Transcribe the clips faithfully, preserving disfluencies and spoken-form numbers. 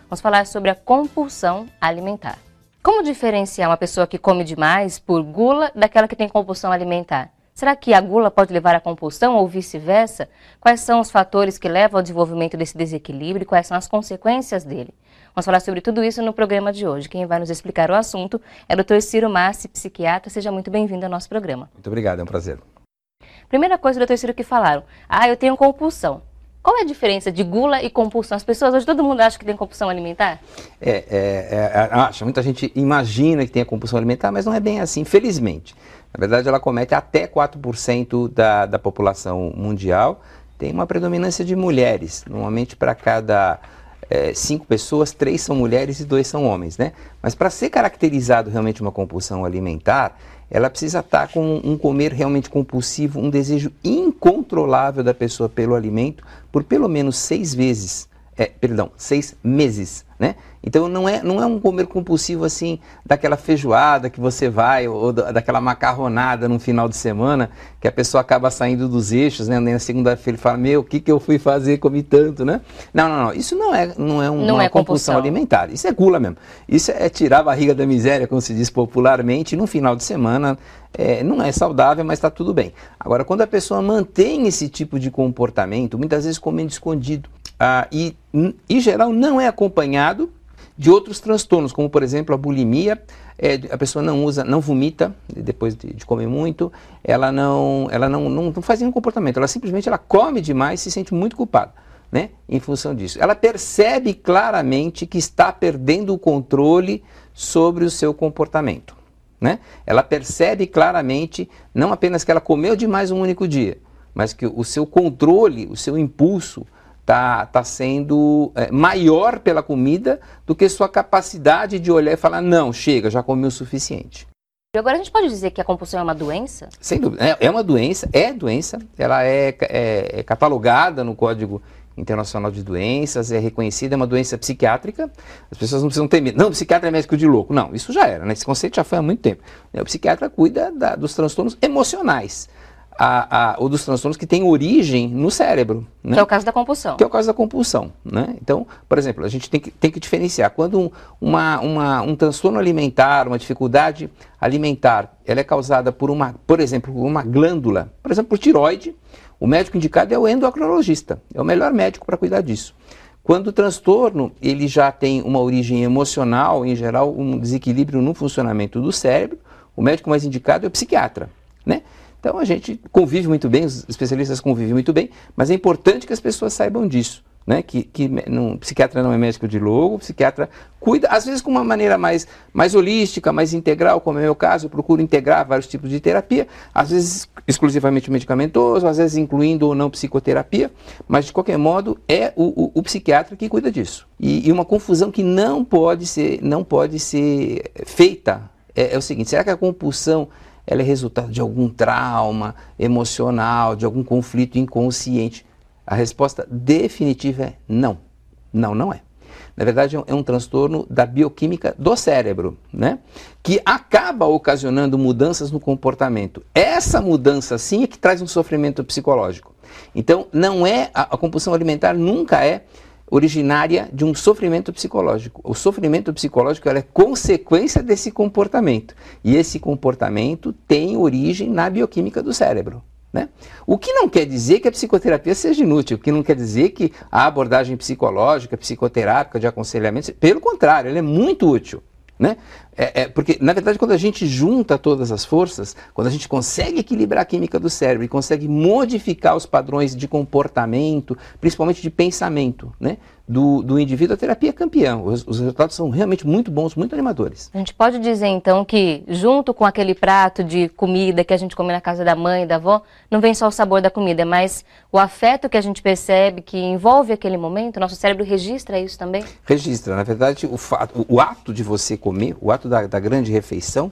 Vamos falar sobre a compulsão alimentar. Como diferenciar uma pessoa que come demais por gula daquela que tem compulsão alimentar? Será que a gula pode levar à compulsão ou vice-versa? Quais são os fatores que levam ao desenvolvimento desse desequilíbrio e quais são as consequências dele? Vamos falar sobre tudo isso no programa de hoje. Quem vai nos explicar o assunto é o doutor Ciro Massi, psiquiatra. Seja muito bem-vindo ao nosso programa. Muito obrigado, é um prazer. Primeira coisa, doutor Ciro, que falaram. Ah, eu tenho compulsão. Qual é a diferença de gula e compulsão? As pessoas, hoje todo mundo acha que tem compulsão alimentar? É, é, é, acha, muita gente imagina que tem a compulsão alimentar, mas não é bem assim, felizmente. Na verdade, ela comete até quatro por cento da, da população mundial. Tem uma predominância de mulheres. Normalmente, para cada é, cinco pessoas, três são mulheres e dois são homens, né? Mas para ser caracterizado realmente uma compulsão alimentar, ela precisa estar com um comer realmente compulsivo, um desejo incontrolável da pessoa pelo alimento por pelo menos seis vezes, é, perdão, seis meses, né? Então não é, não é um comer compulsivo assim, daquela feijoada que você vai, ou daquela macarronada no final de semana, que a pessoa acaba saindo dos eixos, né? Na segunda-feira ele fala, meu, o que, que eu fui fazer, comi tanto, né? Não, não, não, isso não é, não é, um, não uma é compulsão alimentar, isso é gula mesmo. Isso é tirar a barriga da miséria, como se diz popularmente, no final de semana. É, não é saudável, mas está tudo bem. Agora, quando a pessoa mantém esse tipo de comportamento, muitas vezes comendo escondido, ah, e em geral não é acompanhado de outros transtornos, como por exemplo a bulimia, é, a pessoa não usa, não vomita depois de, de comer muito, ela não, ela não, não, não faz nenhum comportamento, ela simplesmente ela come demais e se sente muito culpada, né, em função disso. Ela percebe claramente que está perdendo o controle sobre o seu comportamento, né? Ela percebe claramente, não apenas que ela comeu demais um único dia, mas que o seu controle, o seu impulso, está tá sendo é, maior pela comida do que sua capacidade de olhar e falar, não, chega, já comi o suficiente. E agora a gente pode dizer que a compulsão é uma doença? Sem dúvida, é, é uma doença, é doença, ela é, é, é catalogada no Código Internacional de Doenças, é reconhecida, é uma doença psiquiátrica. As pessoas não precisam ter medo. Não, o psiquiatra é médico de louco. Não, isso já era, né? Esse conceito já foi há muito tempo. O psiquiatra cuida da, dos transtornos emocionais, a, a, ou dos transtornos que têm origem no cérebro, né? Que é o caso da compulsão. Que é o caso da compulsão, né? Então, por exemplo, a gente tem que, tem que diferenciar. Quando um, uma, uma, um transtorno alimentar, uma dificuldade alimentar, ela é causada por uma, por exemplo, por uma glândula, por exemplo, por tireoide, o médico indicado é o endocrinologista, é o melhor médico para cuidar disso. Quando o transtorno ele já tem uma origem emocional, em geral um desequilíbrio no funcionamento do cérebro, o médico mais indicado é o psiquiatra, né? Então a gente convive muito bem, os especialistas convivem muito bem, mas é importante que as pessoas saibam disso, né? Que, que não, psiquiatra não é médico de louco, o psiquiatra cuida, às vezes com uma maneira mais, mais holística, mais integral, como é o meu caso, eu procuro integrar vários tipos de terapia, às vezes exclusivamente medicamentoso, às vezes incluindo ou não psicoterapia, mas de qualquer modo é o, o, o psiquiatra que cuida disso. E, e uma confusão que não pode ser, não pode ser feita é, é o seguinte, será que a compulsão ela é resultado de algum trauma emocional, de algum conflito inconsciente? A resposta definitiva é não. Não, não é. Na verdade, é um, é um transtorno da bioquímica do cérebro, né? Que acaba ocasionando mudanças no comportamento. Essa mudança, sim, é que traz um sofrimento psicológico. Então, não é, a, a compulsão alimentar nunca é originária de um sofrimento psicológico. O sofrimento psicológico ela é consequência desse comportamento. E esse comportamento tem origem na bioquímica do cérebro, né? O que não quer dizer que a psicoterapia seja inútil, o que não quer dizer que a abordagem psicológica, psicoterápica, de aconselhamento, pelo contrário, ela é muito útil, né? É, é, porque, na verdade, quando a gente junta todas as forças, quando a gente consegue equilibrar a química do cérebro e consegue modificar os padrões de comportamento, principalmente de pensamento, né, do, do indivíduo, a terapia é campeã. Os, os resultados são realmente muito bons, muito animadores. A gente pode dizer, então, que junto com aquele prato de comida que a gente come na casa da mãe e da avó, não vem só o sabor da comida, mas o afeto que a gente percebe, que envolve aquele momento, nosso cérebro registra isso também? Registra. Na verdade, o, fato, o, o ato de você comer, o ato Da, da grande refeição,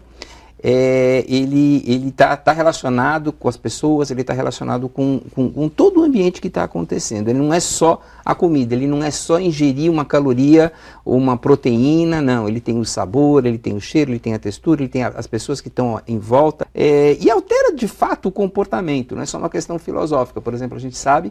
é, ele está tá relacionado com as pessoas, ele está relacionado com, com, com todo o ambiente que está acontecendo. Ele não é só a comida, ele não é só ingerir uma caloria ou uma proteína, não. Ele tem o sabor, ele tem o cheiro, ele tem a textura, ele tem a, as pessoas que estão em volta, é, e altera de fato o comportamento, não é só uma questão filosófica. Por exemplo, a gente sabe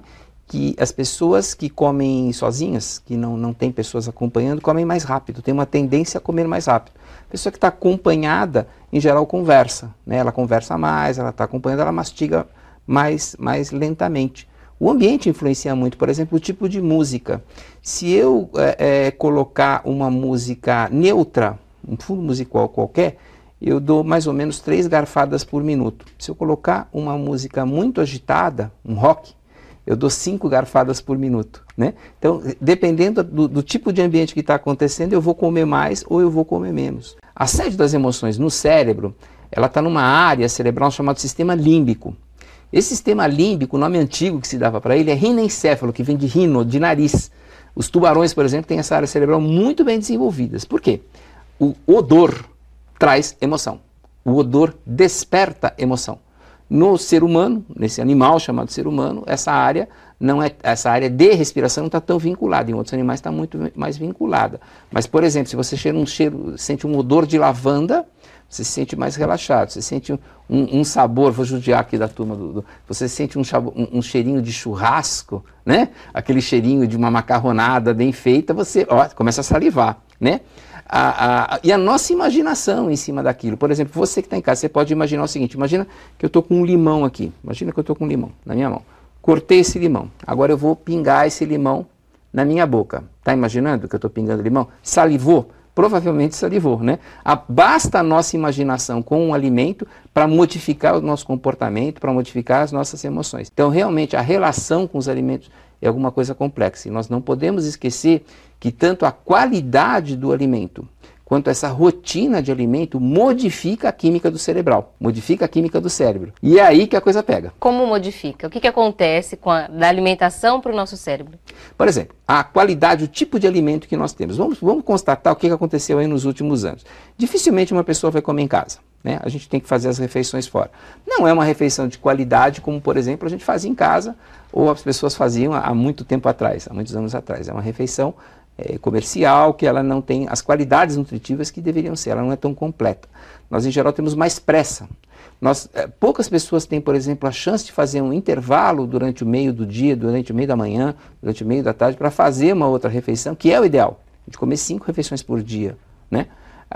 que as pessoas que comem sozinhas, que não, não tem pessoas acompanhando, comem mais rápido, tem uma tendência a comer mais rápido. A pessoa que está acompanhada, em geral, conversa, né? Ela conversa mais, ela está acompanhando, ela mastiga mais, mais lentamente. O ambiente influencia muito, por exemplo, o tipo de música. Se eu é, é, colocar uma música neutra, um fundo musical qualquer, eu dou mais ou menos três garfadas por minuto. Se eu colocar uma música muito agitada, um rock, eu dou cinco garfadas por minuto, né? Então, dependendo do, do tipo de ambiente que está acontecendo, eu vou comer mais ou eu vou comer menos. A sede das emoções no cérebro, ela está numa área cerebral chamada sistema límbico. Esse sistema límbico, o nome antigo que se dava para ele é rinencéfalo, que vem de rino, de nariz. Os tubarões, por exemplo, têm essa área cerebral muito bem desenvolvida. Por quê? O odor traz emoção. O odor desperta emoção. No ser humano, nesse animal chamado ser humano, essa área não é, essa área de respiração não está tão vinculada. Em outros animais está muito mais vinculada. Mas, por exemplo, se você cheira um cheiro, sente um odor de lavanda, você se sente mais relaxado. Você sente um, um, um sabor, vou judiar aqui da turma, do, do, você sente um, um, um cheirinho de churrasco, né? Aquele cheirinho de uma macarronada bem feita, você ó, começa a salivar, né? A, a, e a nossa imaginação em cima daquilo. Por exemplo, você que está em casa, você pode imaginar o seguinte, imagina que eu estou com um limão aqui, imagina que eu estou com um limão na minha mão, cortei esse limão, agora eu vou pingar esse limão na minha boca. Está imaginando que eu estou pingando limão? Salivou? Provavelmente salivou, né? A, basta a nossa imaginação com um alimento para modificar o nosso comportamento, para modificar as nossas emoções. Então, realmente, a relação com os alimentos é alguma coisa complexa. E nós não podemos esquecer que tanto a qualidade do alimento quanto essa rotina de alimento modifica a química do cerebral, modifica a química do cérebro. E é aí que a coisa pega. Como modifica? O que, que acontece com a, da alimentação para o nosso cérebro? Por exemplo, a qualidade, o tipo de alimento que nós temos. Vamos, vamos constatar o que, que aconteceu aí nos últimos anos. Dificilmente uma pessoa vai comer em casa, né? A gente tem que fazer as refeições fora. Não é uma refeição de qualidade como, por exemplo, a gente fazia em casa ou as pessoas faziam há muito tempo atrás, há muitos anos atrás. É uma refeição É, comercial, que ela não tem as qualidades nutritivas que deveriam ser, ela não é tão completa. Nós, em geral, temos mais pressa. Nós, é, poucas pessoas têm, por exemplo, a chance de fazer um intervalo durante o meio do dia, durante o meio da manhã, durante o meio da tarde, para fazer uma outra refeição, que é o ideal, de comer cinco refeições por dia, né?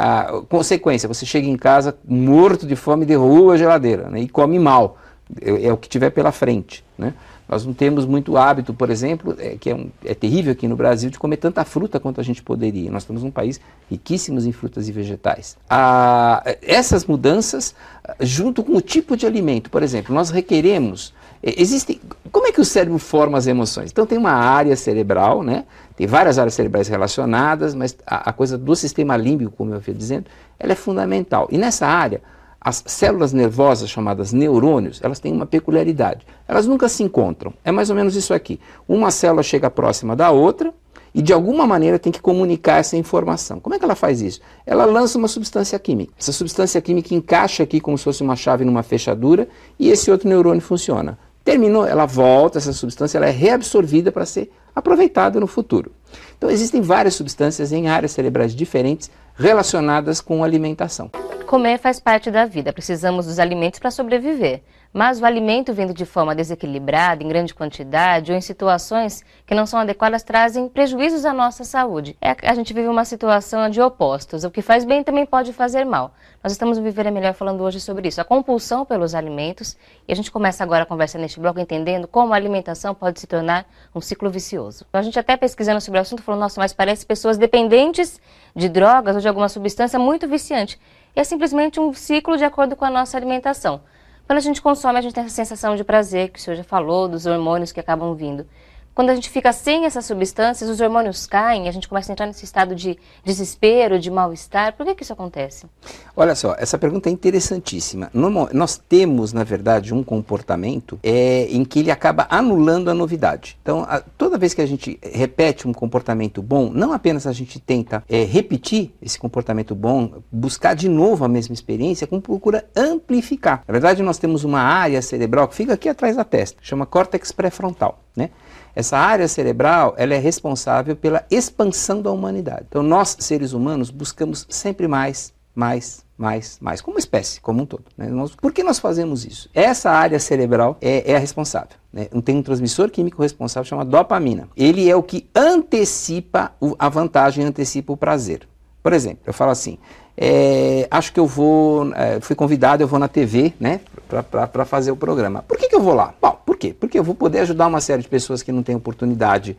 A consequência, você chega em casa morto de fome, derruba a geladeira, né, e come mal, é, é o que tiver pela frente, né? Nós não temos muito hábito, por exemplo, é, que é, um, é terrível aqui no Brasil, de comer tanta fruta quanto a gente poderia. Nós temos um país riquíssimo em frutas e vegetais. Ah, essas mudanças, junto com o tipo de alimento, por exemplo, nós requeremos... Existem, como é que o cérebro forma as emoções? Então tem uma área cerebral, né? Tem várias áreas cerebrais relacionadas, mas a, a coisa do sistema límbico, como eu havia dizendo, ela é fundamental. E nessa área, as células nervosas, chamadas neurônios, elas têm uma peculiaridade. Elas nunca se encontram. É mais ou menos isso aqui. Uma célula chega próxima da outra e, de alguma maneira, tem que comunicar essa informação. Como é que ela faz isso? Ela lança uma substância química. Essa substância química encaixa aqui como se fosse uma chave numa fechadura e esse outro neurônio funciona. Terminou, ela volta, essa substância ela é reabsorvida para ser aproveitada no futuro. Então, existem várias substâncias em áreas cerebrais diferentes relacionadas com alimentação. Comer faz parte da vida, precisamos dos alimentos para sobreviver. Mas o alimento vindo de forma desequilibrada, em grande quantidade ou em situações que não são adequadas trazem prejuízos à nossa saúde. É, a gente vive uma situação de opostos, o que faz bem também pode fazer mal. Nós estamos no Viver é Melhor falando hoje sobre isso, a compulsão pelos alimentos, e a gente começa agora a conversa neste bloco entendendo como a alimentação pode se tornar um ciclo vicioso. A gente até pesquisando sobre o assunto falou, nossa, mas parece pessoas dependentes de drogas ou de alguma substância muito viciante. E é simplesmente um ciclo de acordo com a nossa alimentação. Quando a gente consome, a gente tem essa sensação de prazer, que o senhor já falou, dos hormônios que acabam vindo. Quando a gente fica sem essas substâncias, os hormônios caem, a gente começa a entrar nesse estado de desespero, de mal-estar. Por que que isso acontece? Olha só, essa pergunta é interessantíssima. Normal, nós temos, na verdade, um comportamento é, em que ele acaba anulando a novidade. Então, a, toda vez que a gente repete um comportamento bom, não apenas a gente tenta é, repetir esse comportamento bom, buscar de novo a mesma experiência, como procura amplificar. Na verdade, nós temos uma área cerebral que fica aqui atrás da testa, chama córtex pré-frontal, né? Essa área cerebral, ela é responsável pela expansão da humanidade. Então, nós, seres humanos, buscamos sempre mais, mais, mais, mais, como espécie, como um todo. Né? Nós, por que nós fazemos isso? Essa área cerebral é, é a responsável. Né? Tem um transmissor químico responsável chamado dopamina. Ele é o que antecipa o, a vantagem, antecipa o prazer. Por exemplo, eu falo assim, é, acho que eu vou, é, fui convidado, eu vou na T V, né, para fazer o programa. Por que, que eu vou lá? Bom, por quê? Porque eu vou poder ajudar uma série de pessoas que não têm oportunidade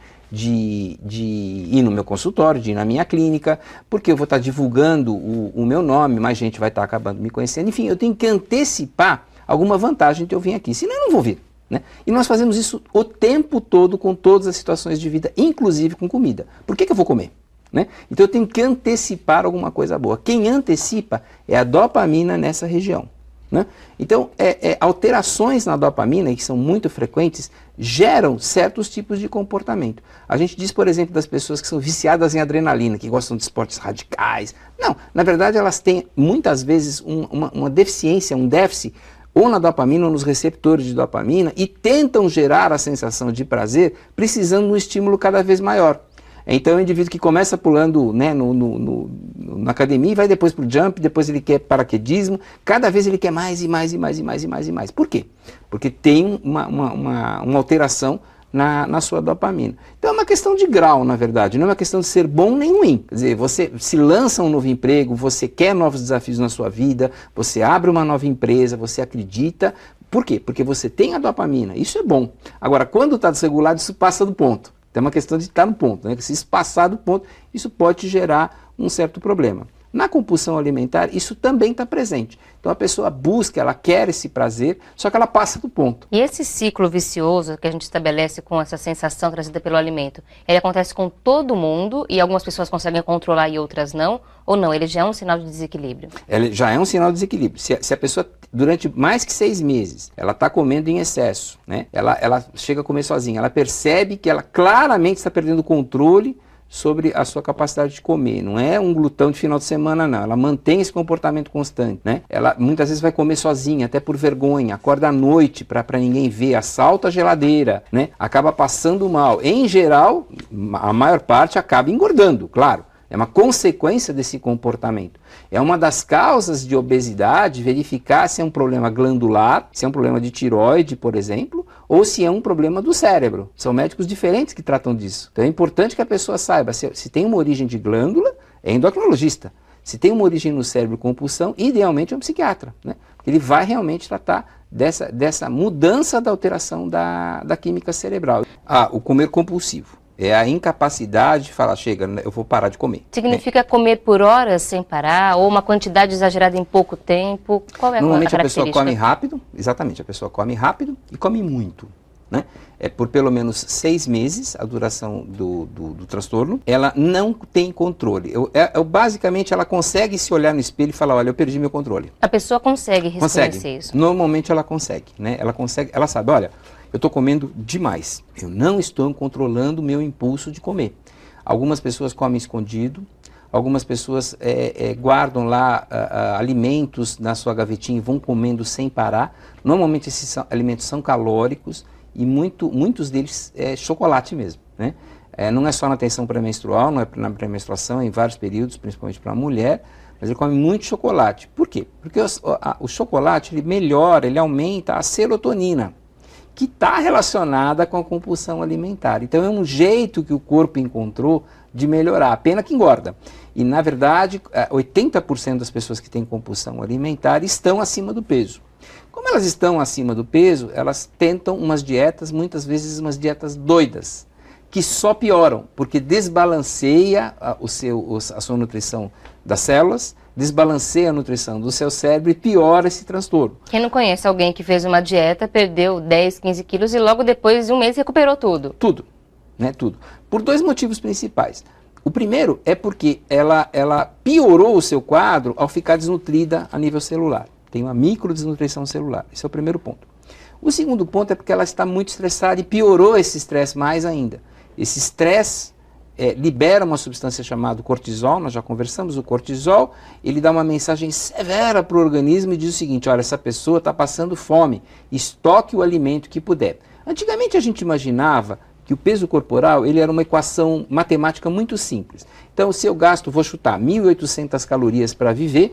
de, de ir no meu consultório, de ir na minha clínica, porque eu vou estar divulgando o, o meu nome, mais gente vai estar acabando me conhecendo. Enfim, eu tenho que antecipar alguma vantagem de eu vir aqui, senão eu não vou vir. Né? E nós fazemos isso o tempo todo com todas as situações de vida, inclusive com comida. Por que, que eu vou comer? Né? Então eu tenho que antecipar alguma coisa boa. Quem antecipa é a dopamina nessa região. Né? Então, é, é, alterações na dopamina, que são muito frequentes, geram certos tipos de comportamento. A gente diz, por exemplo, das pessoas que são viciadas em adrenalina, que gostam de esportes radicais. Não, na verdade elas têm muitas vezes um, uma, uma deficiência, um déficit, ou na dopamina ou nos receptores de dopamina, e tentam gerar a sensação de prazer precisando de um estímulo cada vez maior. Então é um indivíduo que começa pulando, né, no, no, no, na academia e vai depois para o jump, depois ele quer paraquedismo, cada vez ele quer mais e mais e mais e mais e mais e mais. Por quê? Porque tem uma, uma, uma, uma alteração na, na sua dopamina. Então é uma questão de grau, na verdade, não é uma questão de ser bom nem ruim. Quer dizer, você se lança um novo emprego, você quer novos desafios na sua vida, você abre uma nova empresa, você acredita. Por quê? Porque você tem a dopamina, isso é bom. Agora, quando está desregulado, isso passa do ponto. Então é uma questão de estar no ponto, né? Se isso passar do ponto, isso pode gerar um certo problema. Na compulsão alimentar, isso também está presente. Então a pessoa busca, ela quer esse prazer, só que ela passa do ponto. E esse ciclo vicioso que a gente estabelece com essa sensação trazida pelo alimento, ele acontece com todo mundo e algumas pessoas conseguem controlar e outras não? Ou não? Ele já é um sinal de desequilíbrio? Ele já é um sinal de desequilíbrio. Se a, se a pessoa, durante mais que seis meses, ela está comendo em excesso, né? ela, ela chega a comer sozinha, ela percebe que ela claramente está perdendo o controle sobre a sua capacidade de comer. Não é um glutão de final de semana, não. Ela mantém esse comportamento constante, né? Ela muitas vezes vai comer sozinha, até por vergonha, acorda à noite para ninguém ver, assalta a geladeira, né? Acaba passando mal. Em geral, a maior parte acaba engordando, claro. É uma consequência desse comportamento. É uma das causas de obesidade verificar se é um problema glandular, se é um problema de tireoide, por exemplo, ou se é um problema do cérebro. São médicos diferentes que tratam disso. Então é importante que a pessoa saiba se, se tem uma origem de glândula, é endocrinologista. Se tem uma origem no cérebro, compulsão, idealmente é um psiquiatra, né? Porque ele vai realmente tratar dessa, dessa mudança da alteração da, da química cerebral. Ah, o comer compulsivo. É a incapacidade de falar, chega, eu vou parar de comer. Significa né? comer por horas sem parar, ou uma quantidade exagerada em pouco tempo? Qual é a Normalmente a, a pessoa come rápido, exatamente, a pessoa come rápido e come muito. Né? É por pelo menos seis meses a duração do, do, do transtorno. Ela não tem controle. Eu, eu, basicamente, ela consegue se olhar no espelho e falar, olha, eu perdi meu controle. A pessoa consegue reconhecer consegue. isso? Normalmente ela consegue. Né? Ela consegue, ela sabe, olha, eu estou comendo demais. Eu não estou controlando o meu impulso de comer. Algumas pessoas comem escondido. Algumas pessoas é, é, guardam lá a, a, alimentos na sua gavetinha e vão comendo sem parar. Normalmente esses são, alimentos são calóricos. E muito, muitos deles é chocolate mesmo, né? É, não é só na tensão pré-menstrual, não é na pré-menstruação, é em vários períodos, principalmente para a mulher, mas ele come muito chocolate. Por quê? Porque o, a, o chocolate ele melhora, ele aumenta a serotonina, que está relacionada com a compulsão alimentar. Então é um jeito que o corpo encontrou de melhorar, a pena que engorda. E na verdade, oitenta por cento das pessoas que têm compulsão alimentar estão acima do peso. Como elas estão acima do peso, elas tentam umas dietas, muitas vezes umas dietas doidas, que só pioram, porque desbalanceia a, o seu, a sua nutrição das células, desbalanceia a nutrição do seu cérebro e piora esse transtorno. Quem não conhece alguém que fez uma dieta, perdeu dez, quinze quilos e logo depois de um mês recuperou tudo? Tudo, né, tudo. Por dois motivos principais. O primeiro é porque ela, ela piorou o seu quadro ao ficar desnutrida a nível celular. Tem uma microdesnutrição celular. Esse é o primeiro ponto. O segundo ponto é porque ela está muito estressada e piorou esse estresse mais ainda. Esse estresse é, libera uma substância chamada cortisol, nós já conversamos, o cortisol, ele dá uma mensagem severa para o organismo e diz o seguinte, olha, essa pessoa está passando fome, estoque o alimento que puder. Antigamente a gente imaginava que o peso corporal ele era uma equação matemática muito simples. Então, se eu gasto, vou chutar, mil e oitocentas calorias para viver,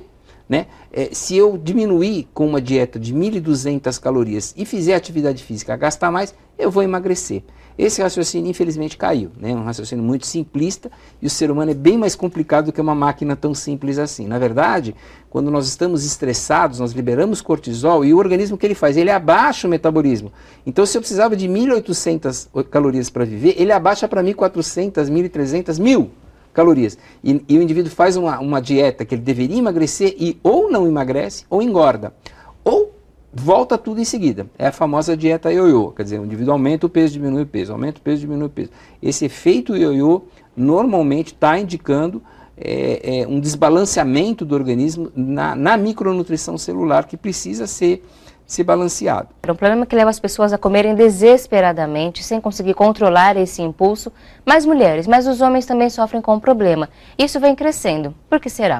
né? É, se eu diminuir com uma dieta de mil e duzentas calorias e fizer atividade física, gastar mais, eu vou emagrecer. Esse raciocínio, infelizmente, caiu, né? Um raciocínio muito simplista, e o ser humano é bem mais complicado do que uma máquina tão simples assim. Na verdade, quando nós estamos estressados, nós liberamos cortisol, e o organismo, o que ele faz? Ele abaixa o metabolismo. Então, se eu precisava de mil e oitocentas calorias para viver, ele abaixa para mil e quatrocentas, mil e trezentas, mil calorias. E, e o indivíduo faz uma, uma dieta que ele deveria emagrecer e ou não emagrece ou engorda. Ou volta tudo em seguida. É a famosa dieta ioiô. Quer dizer, o indivíduo aumenta o peso, diminui o peso, aumenta o peso, diminui o peso. Esse efeito ioiô normalmente está indicando é, é, um desbalanceamento do organismo na, na micronutrição celular que precisa ser ser balanceado. É um problema que leva as pessoas a comerem desesperadamente, sem conseguir controlar esse impulso. Mais mulheres, mas os homens também sofrem com o problema. Isso vem crescendo. Por que será?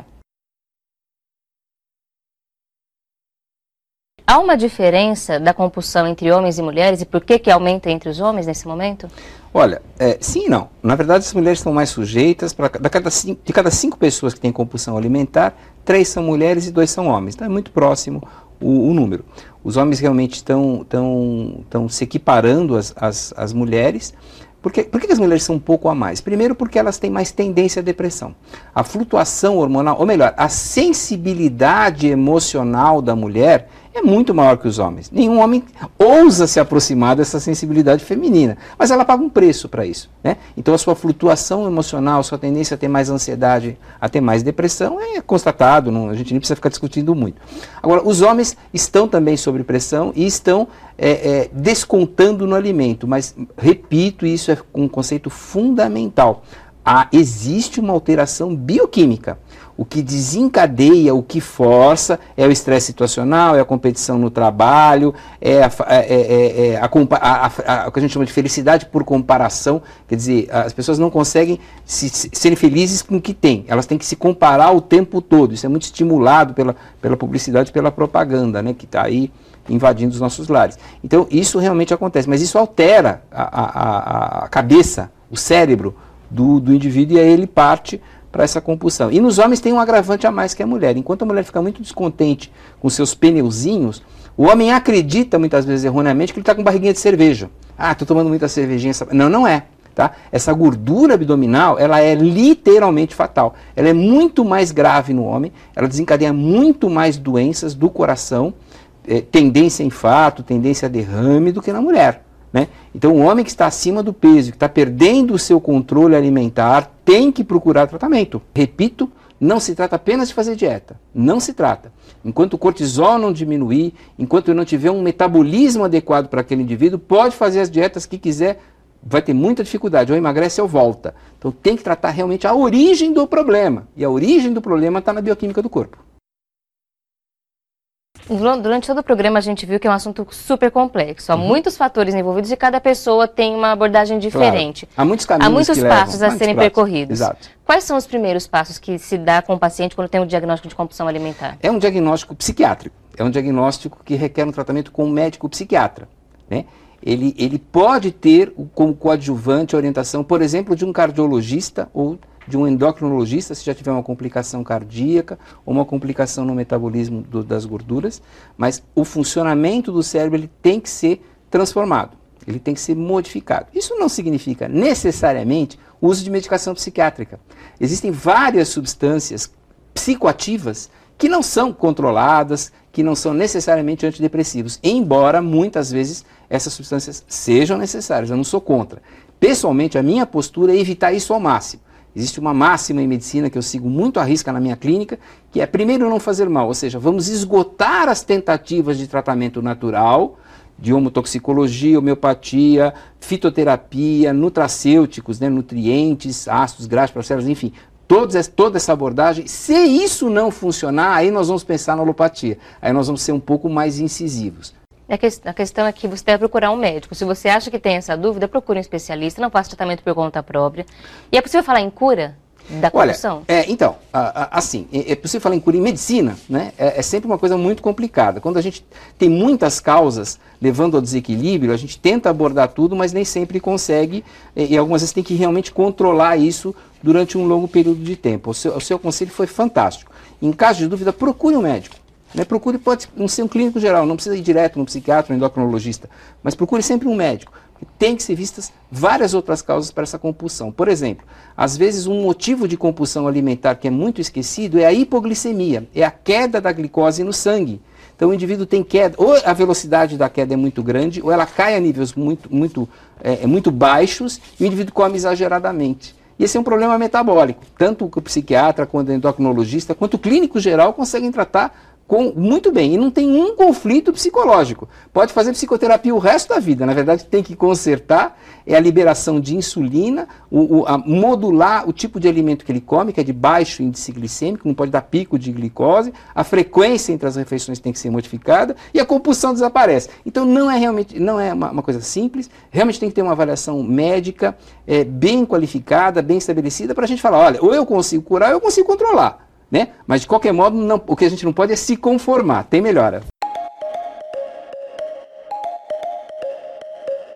Há uma diferença da compulsão entre homens e mulheres, e por que que aumenta entre os homens nesse momento? Olha, é, sim e não. Na verdade, as mulheres estão mais sujeitas, pra, de, cada cinco, de cada cinco pessoas que têm compulsão alimentar, três são mulheres e dois são homens. Então é muito próximo o, o número. Os homens realmente estão, estão, estão se equiparando às, às, às mulheres. Por que, por que as mulheres são um pouco a mais? Primeiro porque elas têm mais tendência à depressão. A flutuação hormonal, ou melhor, a sensibilidade emocional da mulher é muito maior que os homens. Nenhum homem ousa se aproximar dessa sensibilidade feminina, mas ela paga um preço para isso, né? Então a sua flutuação emocional, sua tendência a ter mais ansiedade, a ter mais depressão é constatado, não, a gente nem precisa ficar discutindo muito. Agora, os homens estão também sob pressão e estão é, é, descontando no alimento, mas repito, isso é um conceito fundamental. Ah, existe uma alteração bioquímica. O que desencadeia, o que força é o estresse situacional, é a competição no trabalho, é, a, é, é, é a, a, a, a, o que a gente chama de felicidade por comparação. Quer dizer, as pessoas não conseguem se, se, serem felizes com o que têm, elas têm que se comparar o tempo todo. Isso é muito estimulado pela, pela publicidade, pela propaganda, né, que está aí invadindo os nossos lares. Então, isso realmente acontece, mas isso altera a, a, a cabeça, o cérebro do, do indivíduo, e aí ele parte para essa compulsão. E nos homens tem um agravante a mais que a mulher. Enquanto a mulher fica muito descontente com seus pneuzinhos, o homem acredita muitas vezes erroneamente que ele está com barriguinha de cerveja. Ah, estou tomando muita cervejinha. Não, não é. Tá? Essa gordura abdominal, ela é literalmente fatal. Ela é muito mais grave no homem, ela desencadeia muito mais doenças do coração, eh, tendência a infarto, tendência a derrame, do que na mulher. Né? Então, o homem que está acima do peso, que está perdendo o seu controle alimentar, tem que procurar tratamento. Repito, não se trata apenas de fazer dieta. Não se trata. Enquanto o cortisol não diminuir, enquanto eu não tiver um metabolismo adequado para aquele indivíduo, pode fazer as dietas que quiser, vai ter muita dificuldade, ou emagrece ou volta. Então, tem que tratar realmente a origem do problema. E a origem do problema está na bioquímica do corpo. Durante todo o programa a gente viu que é um assunto super complexo. Há uhum. muitos fatores envolvidos e cada pessoa tem uma abordagem diferente. Claro. Há muitos caminhos Há muitos que passos levam, a serem pratos. percorridos. Exato. Quais são os primeiros passos que se dá com o paciente quando tem um diagnóstico de compulsão alimentar? É um diagnóstico psiquiátrico. É um diagnóstico que requer um tratamento com um médico psiquiatra, né? Ele, ele pode ter como coadjuvante a orientação, por exemplo, de um cardiologista ou de um endocrinologista, se já tiver uma complicação cardíaca ou uma complicação no metabolismo do, das gorduras, mas o funcionamento do cérebro ele tem que ser transformado, ele tem que ser modificado. Isso não significa necessariamente o uso de medicação psiquiátrica. Existem várias substâncias psicoativas que não são controladas, que não são necessariamente antidepressivos, embora muitas vezes essas substâncias sejam necessárias, eu não sou contra. Pessoalmente, a minha postura é evitar isso ao máximo. Existe uma máxima em medicina que eu sigo muito à risca na minha clínica, que é primeiro não fazer mal, ou seja, vamos esgotar as tentativas de tratamento natural, de homotoxicologia, homeopatia, fitoterapia, nutracêuticos, né, nutrientes, ácidos graxos para células, enfim, todos, toda essa abordagem. Se isso não funcionar, aí nós vamos pensar na alopatia, aí nós vamos ser um pouco mais incisivos. A questão é que você deve procurar um médico. Se você acha que tem essa dúvida, procure um especialista, não faça tratamento por conta própria. E é possível falar em cura? da compulsão? Olha, é, então, a, a, assim, é, é possível falar em cura em medicina, né? É, é sempre uma coisa muito complicada. Quando a gente tem muitas causas levando ao desequilíbrio, a gente tenta abordar tudo, mas nem sempre consegue, e, e algumas vezes tem que realmente controlar isso durante um longo período de tempo. O seu, o seu conselho foi fantástico. Em caso de dúvida, procure um médico. Né? Procure, pode não ser um clínico geral, não precisa ir direto no psiquiatra, no endocrinologista, mas procure sempre um médico. Tem que ser vistas várias outras causas para essa compulsão. Por exemplo, às vezes um motivo de compulsão alimentar que é muito esquecido é a hipoglicemia, é a queda da glicose no sangue. Então o indivíduo tem queda, ou a velocidade da queda é muito grande, ou ela cai a níveis muito, muito, é, muito baixos e o indivíduo come exageradamente. E esse é um problema metabólico. Tanto o psiquiatra, quanto o endocrinologista, quanto o clínico geral conseguem tratar com, muito bem, e não tem um conflito psicológico. Pode fazer psicoterapia o resto da vida, na verdade tem que consertar é a liberação de insulina, o, o, a modular o tipo de alimento que ele come, que é de baixo índice glicêmico, não pode dar pico de glicose, a frequência entre as refeições tem que ser modificada e a compulsão desaparece. Então não é realmente, não é uma, uma coisa simples, realmente tem que ter uma avaliação médica é, bem qualificada, bem estabelecida, para a gente falar, olha, ou eu consigo curar ou eu consigo controlar. Né? Mas de qualquer modo, não, o que a gente não pode é se conformar, tem melhora.